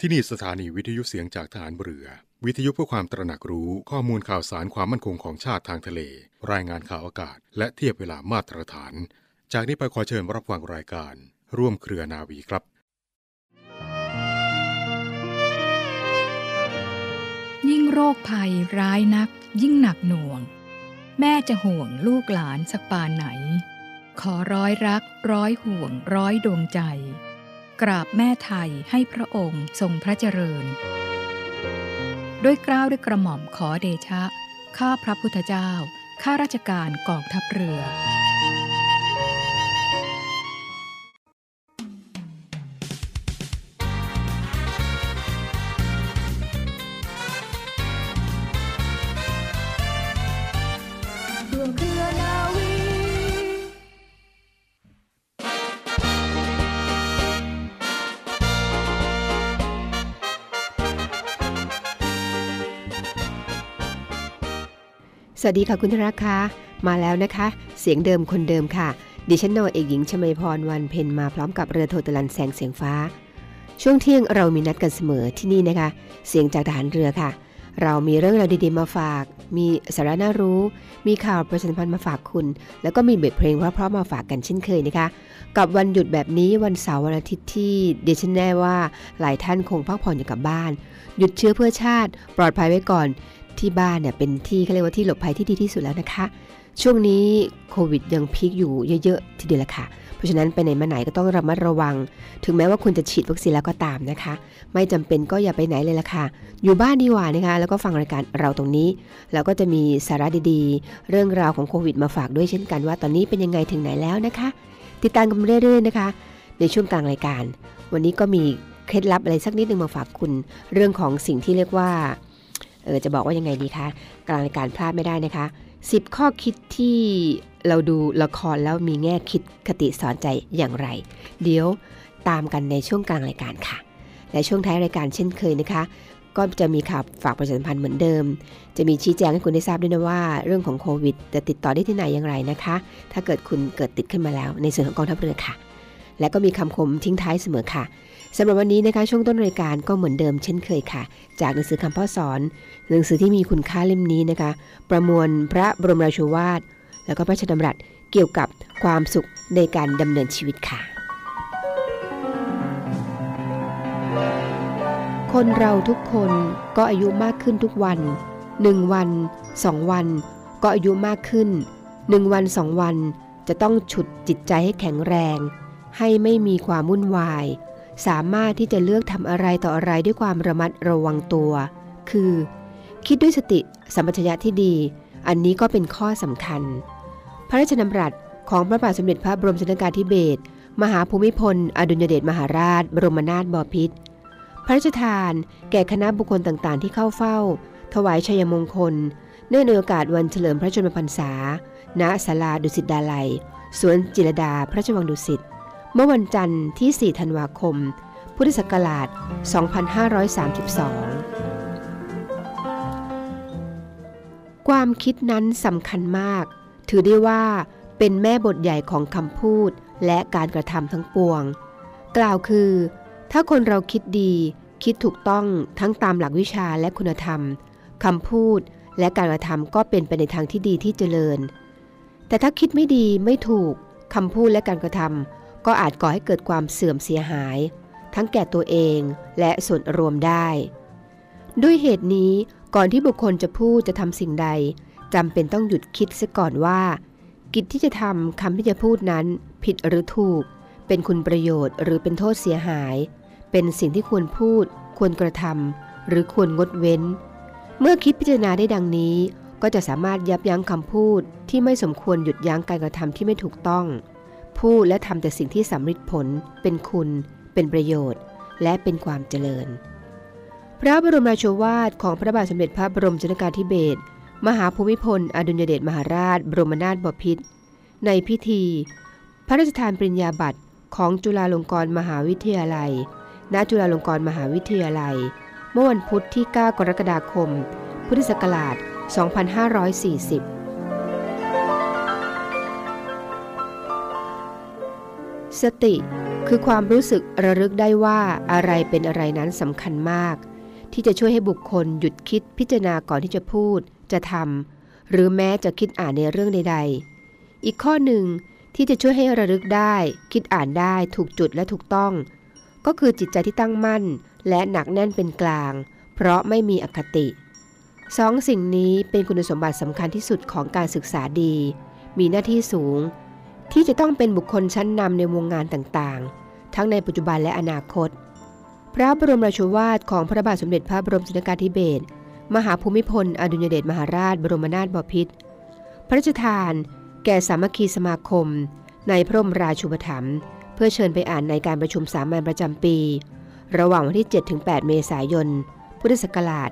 ที่นี่สถานีวิทยุเสียงจากทหารเรือวิทยุเพื่อความตระหนักรู้ข้อมูลข่าวสารความมั่นคงของชาติทางทะเลรายงานข่าวอากาศและเทียบเวลามาตรฐานจากนี้ไปขอเชิญรับฟังรายการร่วมเครือนาวีครับยิ่งโรคภัยร้ายนักยิ่งหนักหน่วงแม่จะห่วงลูกหลานสักปานไหนขอร้อยรักร้อยห่วงร้อยดวงใจกราบแม่ไทยให้พระองค์ทรงพระเจริญด้วยเกล้าด้วยกระหม่อมขอเดชะข้าพระพุทธเจ้าข้าราชการกองทัพเรือสวัสดีค่ะคุณธรักค่ะมาแล้วนะคะเสียงเดิมคนเดิมค่ะดิฉันนาวาเอกหญิงชมาพรวันเพ็ญมาพร้อมกับเรือโทตะลันแสงเสียงฟ้าช่วงเที่ยงเรามีนัดกันเสมอที่นี่นะคะเสียงจากทหารเรือค่ะเรามีเรื่องราวดีๆมาฝากมีสาระน่ารู้มีข่าวประชาสัมพันธ์มาฝากคุณแล้วก็มีบทเพลงเพราะๆมาฝากกันเช่นเคยนะคะกับวันหยุดแบบนี้วันเสาร์วันอาทิตย์ที่ดิฉันแน่ว่าหลายท่านคงพักผ่อนอยู่กับบ้านหยุดเชื้อเพื่อชาติปลอดภัยไว้ก่อนที่บ้านเนี่ยเป็นที่เขาเรียกว่าที่หลบภัยที่ดีที่สุดแล้วนะคะช่วงนี้โควิดยังพีคอยู่เยอะๆทีเดียวละค่ะเพราะฉะนั้นไปไหนมาไหนก็ต้องระมัดระวังถึงแม้ว่าคุณจะฉีดวัคซีนแล้วก็ตามนะคะไม่จำเป็นก็อย่าไปไหนเลยละค่ะอยู่บ้านดีกว่านะคะแล้วก็ฟังรายการเราตรงนี้แล้วก็จะมีสาระดีๆเรื่องราวของโควิดมาฝากด้วยเช่นกันว่าตอนนี้เป็นยังไงถึงไหนแล้วนะคะติดตามกันเรื่อยๆนะคะในช่วงกลางรายการวันนี้ก็มีเคล็ดลับอะไรสักนิดนึงมาฝากคุณเรื่องของสิ่งที่เรียกว่าจะบอกว่ายังไงดีคะกลางรายการพลาดไม่ได้นะคะ10ข้อคิดที่เราดูละครแล้วมีแง่คิดคติสอนใจอย่างไรเดี๋ยวตามกันในช่วงกลางรายการค่ะและช่วงท้ายรายการเช่นเคยนะคะก็จะมีข่าวฝากประชาสัมพันธ์เหมือนเดิมจะมีชี้แจงให้คุณได้ทราบด้วยนะว่าเรื่องของโควิดจะติดต่อได้ที่ไหนอย่างไรนะคะถ้าเกิดคุณเกิดติดขึ้นมาแล้วในส่วนของกองทัพเรือค่ะและก็มีคำคมทิ้งท้ายเสมอค่ะสำหรับวันนี้นะคะช่วงต้นรายการก็เหมือนเดิมเช่นเคยค่ะจากหนังสือคำพ่อสอนหนังสือที่มีคุณค่าเล่มนี้นะคะประมวลพระบรมราโชวาทแล้วก็พระราชดำรัสเกี่ยวกับความสุขในการดำเนินชีวิตค่ะคนเราทุกคนก็อายุมากขึ้นทุกวัน1วัน2วันก็อายุมากขึ้น1วัน2วันจะต้องฉุดจิตใจให้แข็งแรงให้ไม่มีความวุ่นวายสามารถที่จะเลือกทำอะไรต่ออะไรด้วยความระมัดระวังตัวคือคิดด้วยสติสัมปชัญญะที่ดีอันนี้ก็เป็นข้อสำคัญพระราชดำรัสของพระบาทสมเด็จพระบรมชนกาธิเบศรมหาภูมิพลอดุลยเดชมหาราชบรมนาถบพิตรพระราชทานแก่คณะบุคคลต่างๆที่เข้าเฝ้าถวายชัยมงคลเนื่องในโอกาสวันเฉลิมพระชนมพรรษาณศาลาดุสิตดาลัยสวนจิรดาพระราชวังดุสิตเมื่อวันจันทร์ที่4ธันวาคมพุทธศักราช2532ความคิดนั้นสำคัญมากถือได้ว่าเป็นแม่บทใหญ่ของคำพูดและการกระทำทั้งปวงกล่าวคือถ้าคนเราคิดดีคิดถูกต้องทั้งตามหลักวิชาและคุณธรรมคำพูดและการกระทำก็เป็นไปในทางที่ดีที่เจริญแต่ถ้าคิดไม่ดีไม่ถูกคำพูดและการกระทำก็อาจก่อให้เกิดความเสื่อมเสียหายทั้งแก่ตัวเองและส่วนรวมได้ด้วยเหตุนี้ก่อนที่บุคคลจะพูดจะทำสิ่งใดจำเป็นต้องหยุดคิดเสียก่อนว่ากิจที่จะทำคำที่จะพูดนั้นผิดหรือถูกเป็นคุณประโยชน์หรือเป็นโทษเสียหายเป็นสิ่งที่ควรพูดควรกระทำหรือควรงดเว้นเมื่อคิดพิจารณาได้ดังนี้ก็จะสามารถยับยั้งคำพูดที่ไม่สมควรหยุดยั้งการกระทำที่ไม่ถูกต้องพูดและทำแต่สิ่งที่สำฤทธิ์ผลเป็นคุณเป็นประโยชน์และเป็นความเจริญพระบรมราโชวาทของพระบาทสมเด็จพระบรมชนกาธิเบศรมหาภูมิพลอดุลยเดชมหาราชบรมนาถบพิตรในพิธีพระราชทานปริญญาบัตรของจุฬาลงกรณ์มหาวิทยาลัยณจุฬาลงกรณ์มหาวิทยาลัยเมื่อวันพุธที่9กรกฎาคมพุทธศักราช2540สติคือความรู้สึกระลึกได้ว่าอะไรเป็นอะไรนั้นสำคัญมากที่จะช่วยให้บุคคลหยุดคิดพิจารณาก่อนที่จะพูดจะทำหรือแม้จะคิดอ่านในเรื่องใดๆอีกข้อหนึ่งที่จะช่วยให้ระลึกได้คิดอ่านได้ถูกจุดและถูกต้องก็คือจิตใจที่ตั้งมั่นและหนักแน่นเป็นกลางเพราะไม่มีอคติสองสิ่งนี้เป็นคุณสมบัติสำคัญที่สุดของการศึกษาดีมีหน้าที่สูงที่จะต้องเป็นบุคคลชั้นนำในวงงานต่างๆทั้งในปัจจุบันและอนาคตพระบรมราโชวาทของพระบาทสมเด็จพระบรมชนกาธิเบศรมหาภูมิพลอดุลยเดชมหาราชบรมนาถบพิตรพระราชทานแก่สามัคคีสมาคมในพระบรมราชูปถัมภ์เพื่อเชิญไปอ่านในการประชุมสามัญประจำปีระหว่างวันที่ 7-8 เมษายน พุทธศักราช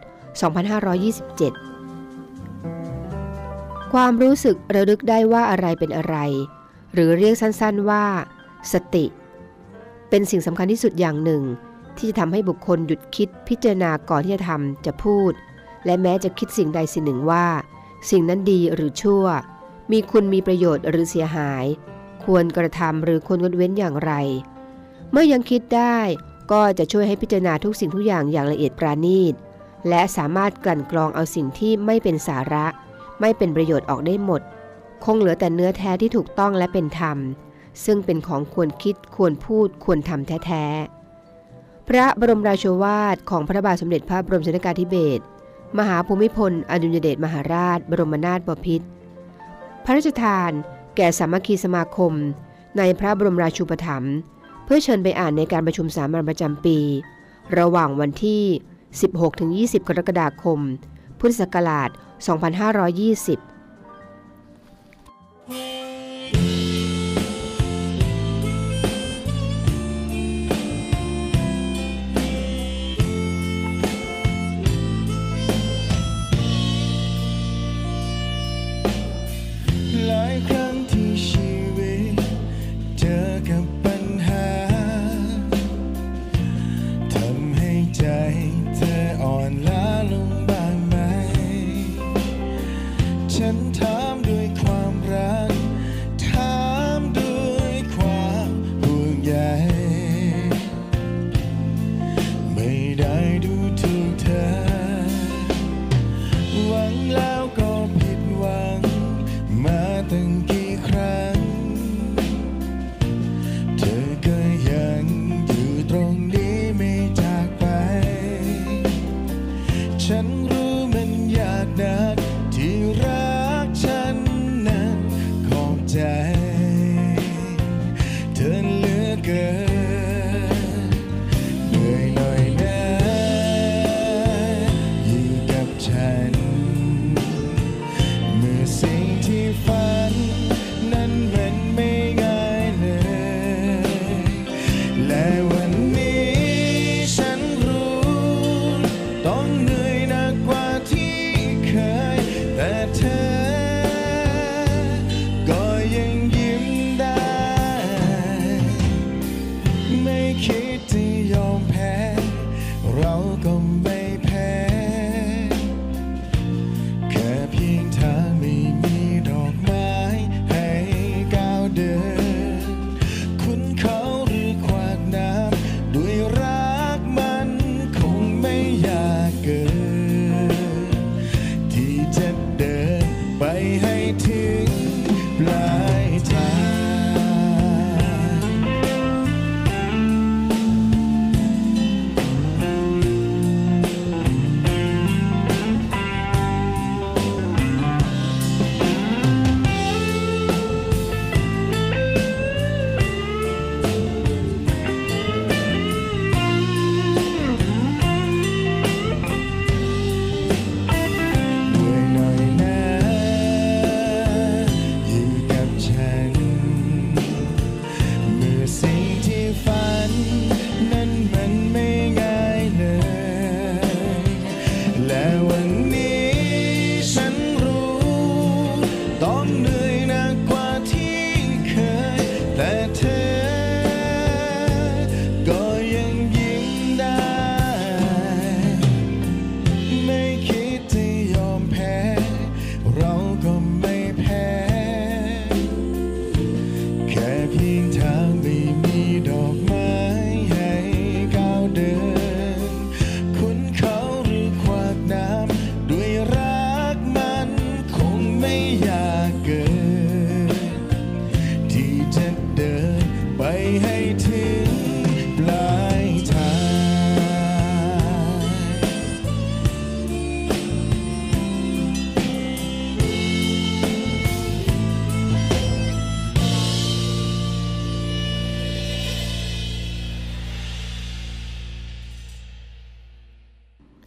2527 ความรู้สึกระลึกได้ว่าอะไรเป็นอะไรหรือเรียกสั้นๆว่าสติเป็นสิ่งสำคัญที่สุดอย่างหนึ่งที่จะทำให้บุคคลหยุดคิดพิจารณาก่อนที่จะทำจะพูดและแม้จะคิดสิ่งใดสิ่งหนึ่งว่าสิ่งนั้นดีหรือชั่วมีคุณมีประโยชน์หรือเสียหายควรกระทำหรือควรงดเว้นอย่างไรเมื่อยังคิดได้ก็จะช่วยให้พิจารณาทุกสิ่งทุกอย่างอย่างละเอียดปราณีตและสามารถกลั่นกรองเอาสิ่งที่ไม่เป็นสาระไม่เป็นประโยชน์ออกได้หมดคงเหลือแต่เนื้อแท้ที่ถูกต้องและเป็นธรรมซึ่งเป็นของควรคิดควรพูดควรทำแท้ๆพระบรมราโชวาทของพระบาทสมเด็จพระบรมชนกาธิเบศรมหาภูมิพลอดุลยเดชมหาราชบรมนาถบพิตรพระราชทานแก่สามัคคีสมาคมในพระบรมราชูปถัมภ์เพื่อเชิญไปอ่านในการประชุมสามัญประจำปีระหว่างวันที่ 16-20 กรกฎาคม พุทธศักราช 2520 หลายครั้งที่ชีวิตเจอกับปัญหาทำให้ใจเธออ่อนล้าลงบ้างไหมฉันถามด้วยความรักถามด้วยความห่วงใยไม่ได้ดูถูกเธอหวังแล้วก็ผิดหวังมาตั้งกี่ครั้งเธอก็ยังอยู่ตรงนี้ไม่จากไปฉันรู้มันยากนักที่รักฉันนั้นขอบใจเธอเหลือเกินเหนื่อยหน่อยนะ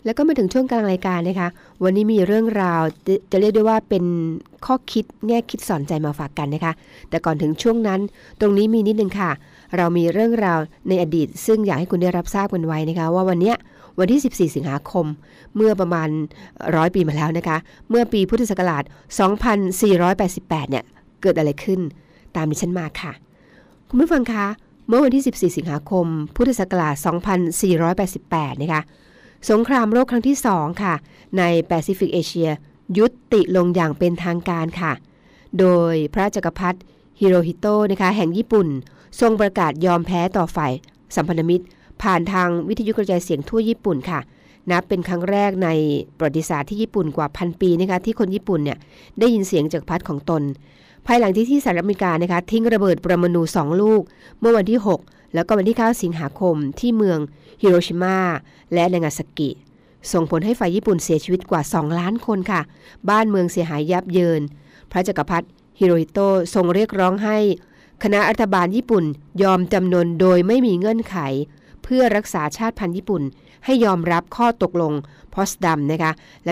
แล้วก็มาถึงช่วงกลางรายการนะคะวันนี้มีเรื่องราวจะเรียกได้ว่าเป็นข้อคิดแง่คิดสอนใจมาฝากกันนะคะแต่ก่อนถึงช่วงนั้นตรงนี้มีนิดนึงค่ะเรามีเรื่องราวในอดีตซึ่งอยากให้คุณได้รับทราบกันไว้นะคะว่าวันนี้วันที่14สิงหาคมเมื่อประมาณ100 ปีมาแล้วนะคะเมื่อปีพุทธศักราช2488เนี่ยเกิดอะไรขึ้นตามดิฉันมาค่ะคุณผู้ฟังคะเมื่อวันที่14สิงหาคมพุทธศักราช2488นะคะสงครามโลกครั้งที่2ค่ะในแปซิฟิกเอเชียยุติลงอย่างเป็นทางการค่ะโดยพระจักรพรรดิฮิโรฮิโตะนะคะแห่งญี่ปุ่นทรงประกาศยอมแพ้ต่อฝ่ายสัมพันธมิตรผ่านทางวิทยุกระจายเสียงทั่วญี่ปุ่นค่ะนับเป็นครั้งแรกในประวัติศาสตร์ที่ญี่ปุ่นกว่า1,000 ปีนะคะที่คนญี่ปุ่นเนี่ยได้ยินเสียงจักรพรรดิของตนภายหลังที่สหรัฐอเมริกานะคะทิ้งระเบิดปรมาณู2 ลูกเมื่อวันที่6แล้วก็วันที่9สิงหาคมที่เมืองฮิโรชิมาและนางาซากิส่งผลให้ฝ่ายญี่ปุ่นเสียชีวิตกว่า2 ล้านคนค่ะบ้านเมืองเสียหายยับเยินพระจักรพรรดิฮิโรฮิโตะทรงเรียกร้องให้คณะรัฐบาลญี่ปุ่นยอมจำนนโดยไม่มีเงื่อนไขเพื่อรักษาชาติพันธุ์ญี่ปุ่นให้ยอมรับข้อตกลงพอตสดัมนะคะ